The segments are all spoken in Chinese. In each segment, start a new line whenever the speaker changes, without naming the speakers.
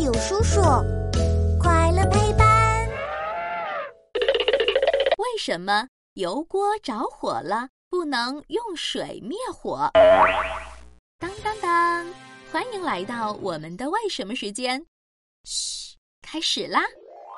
有叔叔，快乐陪伴。
为什么油锅着火了不能用水灭火？当当当，欢迎来到我们的为什么时间。嘘，开始啦！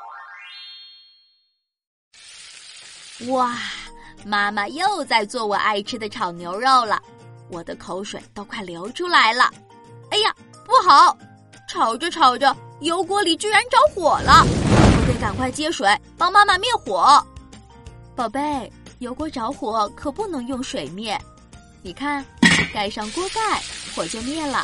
哇，妈妈又在做我爱吃的炒牛肉了，我的口水都快流出来了。哎呀，不好！炒着炒着，油锅里居然着火了！我得赶快接水，帮妈妈灭火。宝贝，油锅着火可不能用水灭，你看，盖上锅盖，火就灭了。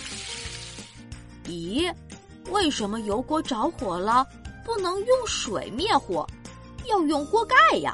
咦，为什么油锅着火了不能用水灭火，要用锅盖呀？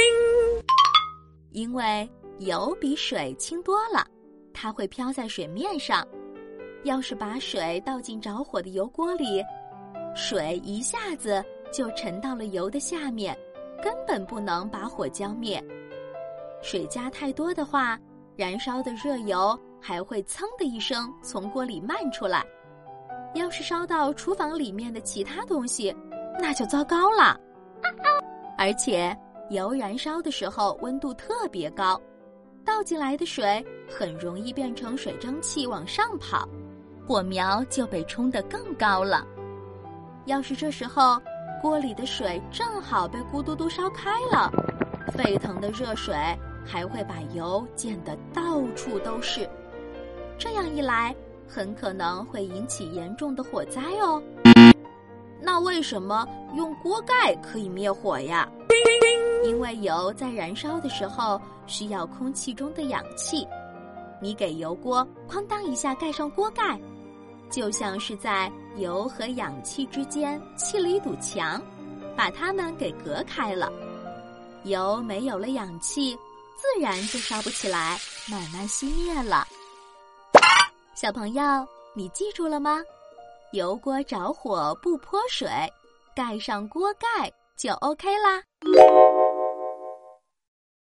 因为油比水轻多了，它会飘在水面上。要是把水倒进着火的油锅里，水一下子就沉到了油的下面，根本不能把火浇灭。水加太多的话，燃烧的热油还会噌的一声从锅里漫出来。要是烧到厨房里面的其他东西，那就糟糕了。而且油燃烧的时候温度特别高，倒进来的水很容易变成水蒸气往上跑，火苗就被冲得更高了。要是这时候锅里的水正好被咕嘟嘟烧开了，沸腾的热水还会把油溅得到处都是，这样一来很可能会引起严重的火灾哦。那为什么用锅盖可以灭火呀？因为油在燃烧的时候需要空气中的氧气，你给油锅哐当一下盖上锅盖，就像是在油和氧气之间砌了一堵墙，把它们给隔开了。油没有了氧气，自然就烧不起来，慢慢熄灭了。小朋友，你记住了吗？油锅着火不泼水，盖上锅盖就 OK 啦。